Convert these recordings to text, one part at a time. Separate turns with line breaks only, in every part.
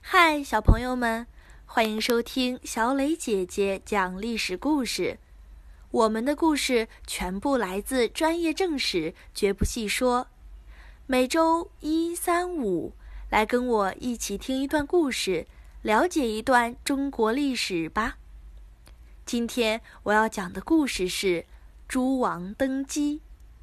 嗨，小朋友们，欢迎收听小磊姐姐讲历史故事。我们的故事全部来自专业正史，绝不细说。每周1、3、5来跟我一起听一段故事，了解一段中国历史吧。今天我要讲的故事是诸王登基。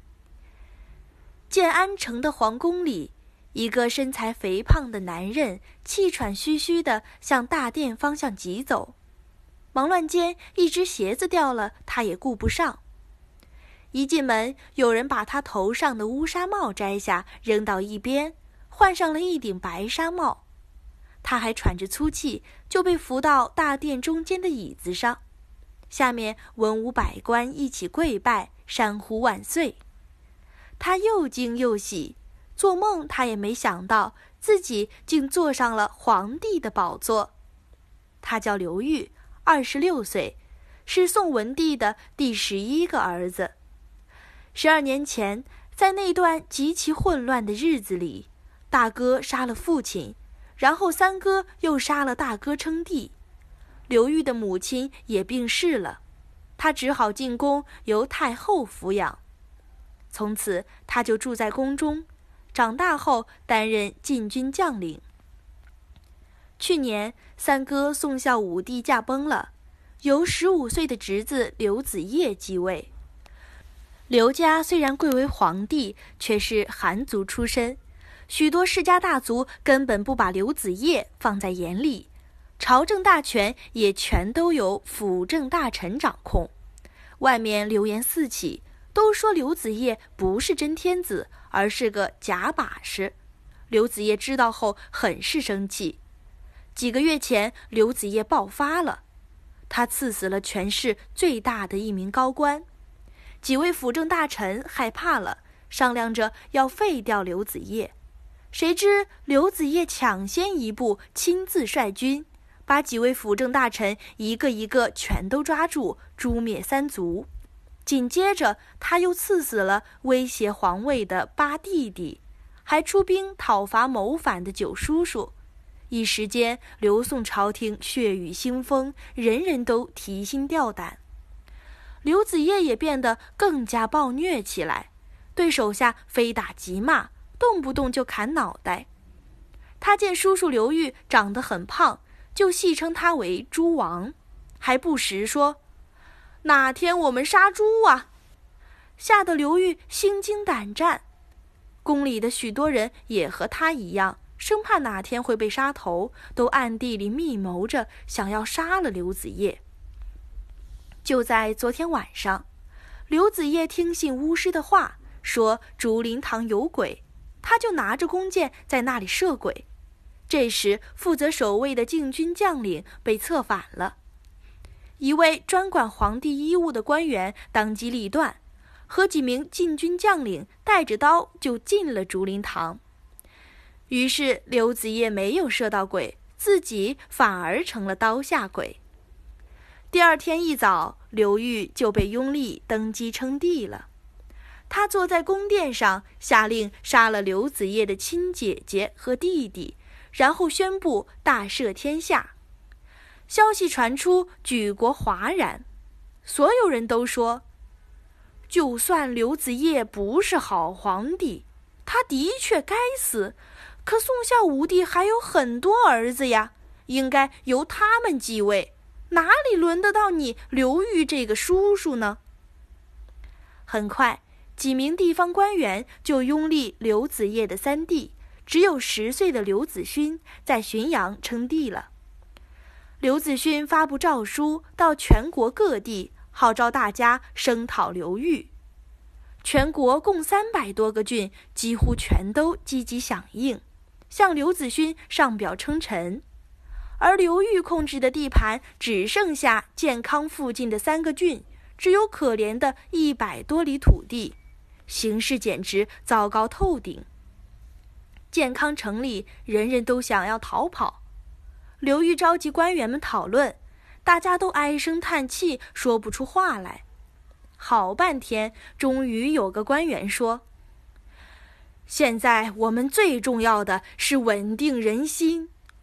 建安城的皇宫里，一个身材肥胖的男人气喘吁吁地向大殿方向疾走，忙乱间一只鞋子掉了，他也顾不上。一进门，有人把他头上的乌纱帽摘下，扔到一边，换上了一顶白纱帽。他还喘着粗气，就被扶到大殿中间的椅子上，下面文武百官一起跪拜，山呼万岁。他又惊又喜，做梦他也没想到自己竟坐上了皇帝的宝座。他叫刘裕，26岁，是宋文帝的第11个儿子。12年前，在那段极其混乱的日子里，大哥杀了父亲，然后三哥又杀了大哥称帝。刘裕的母亲也病逝了，他只好进宫由太后抚养。从此他就住在宫中，长大后担任禁军将领。去年三哥宋孝武帝驾崩了，由15岁的侄子刘子业继位。刘家虽然贵为皇帝，却是寒族出身，许多世家大族根本不把刘子业放在眼里，朝政大权也全都由辅政大臣掌控。外面流言四起，都说刘子业不是真天子，而是个假把式。刘子业知道后很是生气。几个月前，刘子业爆发了，他刺死了全市最大的一名高官。几位辅政大臣害怕了，商量着要废掉刘子业。谁知刘子业抢先一步，亲自率军，把几位辅政大臣一个一个全都抓住，诛灭三族。紧接着他又刺死了威胁皇位的8弟弟，还出兵讨伐谋反的9叔叔。一时间，刘宋朝廷血雨腥风，人人都提心吊胆。刘子业也变得更加暴虐起来，对手下非打即骂，动不动就砍脑袋。他见叔叔刘裕长得很胖，就戏称他为猪王，还不时说哪天我们杀猪啊，吓得刘裕心惊胆战。宫里的许多人也和他一样，生怕哪天会被杀头，都暗地里密谋着想要杀了刘子业。就在昨天晚上，刘子业听信巫师的话，说竹林堂有鬼，他就拿着弓箭在那里射鬼。这时负责守卫的禁军将领被策反了，一位专管皇帝衣物的官员当机立断，和几名禁军将领带着刀就进了竹林堂。于是刘子业没有射到鬼，自己反而成了刀下鬼。第二天一早，刘裕就被拥立登基称帝了。他坐在宫殿上，下令杀了刘子业的亲姐姐和弟弟，然后宣布大赦天下。消息传出，举国哗然，所有人都说，就算刘子业不是好皇帝，他的确该死，可宋孝武帝还有很多儿子呀，应该由他们继位，哪里轮得到你刘裕这个叔叔呢？很快，几名地方官员就拥立刘子业的三弟，只有10岁的刘子勋在浔阳称帝了。刘子勋发布诏书到全国各地，号召大家声讨刘裕。全国共300多个郡，几乎全都积极响应，向刘子勋上表称臣。而刘裕控制的地盘只剩下建康附近的3个郡，只有可怜的100多里土地，形势简直糟糕透顶。建康城里人人都想要逃跑，刘裕召集官员们讨论，大家都唉声叹气，说不出话来。好半天，终于有个官员说，现在我们最重要的是稳定人心，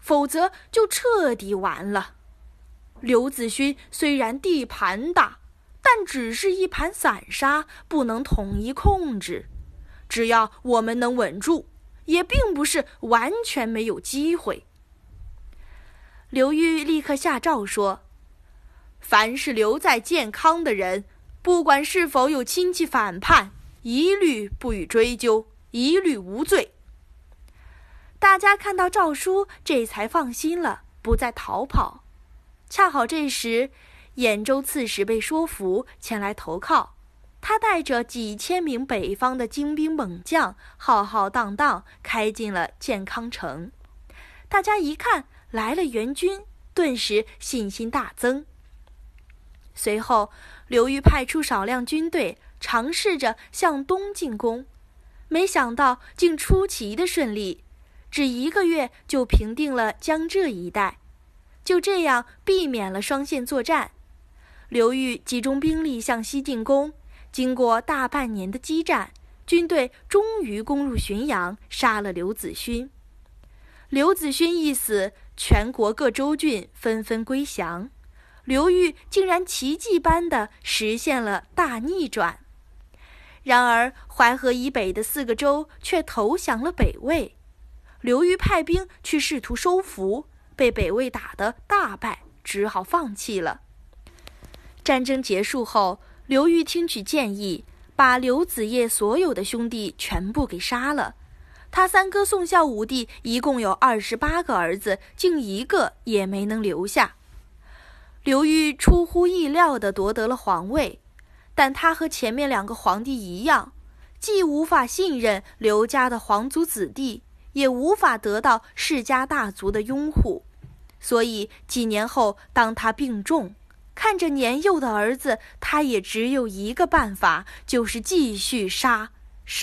否则就彻底完了。刘子勋虽然地盘大，但只是一盘散沙，不能统一控制。只要我们能稳住，也并不是完全没有机会。刘裕立刻下诏说，凡是留在建康的人，不管是否有亲戚反叛，一律不予追究，一律无罪。大家看到诏书，这才放心了，不再逃跑。恰好这时，兖州刺史被说服前来投靠，他带着几千名北方的精兵猛将，浩浩荡荡开进了建康城。大家一看来了援军，顿时信心大增。随后，刘裕派出少量军队，尝试着向东进攻，没想到竟出奇的顺利，只1个月就平定了江浙一带，就这样避免了双线作战。刘裕集中兵力向西进攻，经过大半年的激战，军队终于攻入浔阳，杀了刘子勋。刘子勋一死，全国各州郡纷纷归降，刘裕竟然奇迹般地实现了大逆转。然而淮河以北的4个州却投降了北魏，刘裕派兵去试图收服，被北魏打得大败，只好放弃了。战争结束后，刘裕听取建议，把刘子业所有的兄弟全部给杀了。他3哥宋孝武帝一共有28个儿子，竟1个也没能留下。刘裕出乎意料地夺得了皇位，但他和前面2个皇帝一样，既无法信任刘家的皇族子弟，也无法得到世家大族的拥护。所以几年后，当他病重，看着年幼的儿子，他也只有一个办法，就是继续杀。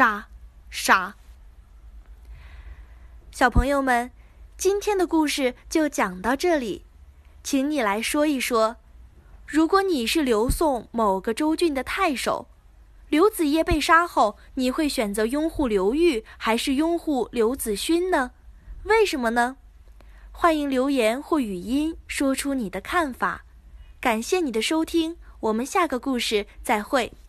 小朋友们，今天的故事就讲到这里，请你来说一说，如果你是刘宋某个州郡的太守，刘子业被杀后，你会选择拥护刘裕还是拥护刘子勋呢？为什么呢？欢迎留言或语音说出你的看法。感谢你的收听，我们下个故事再会。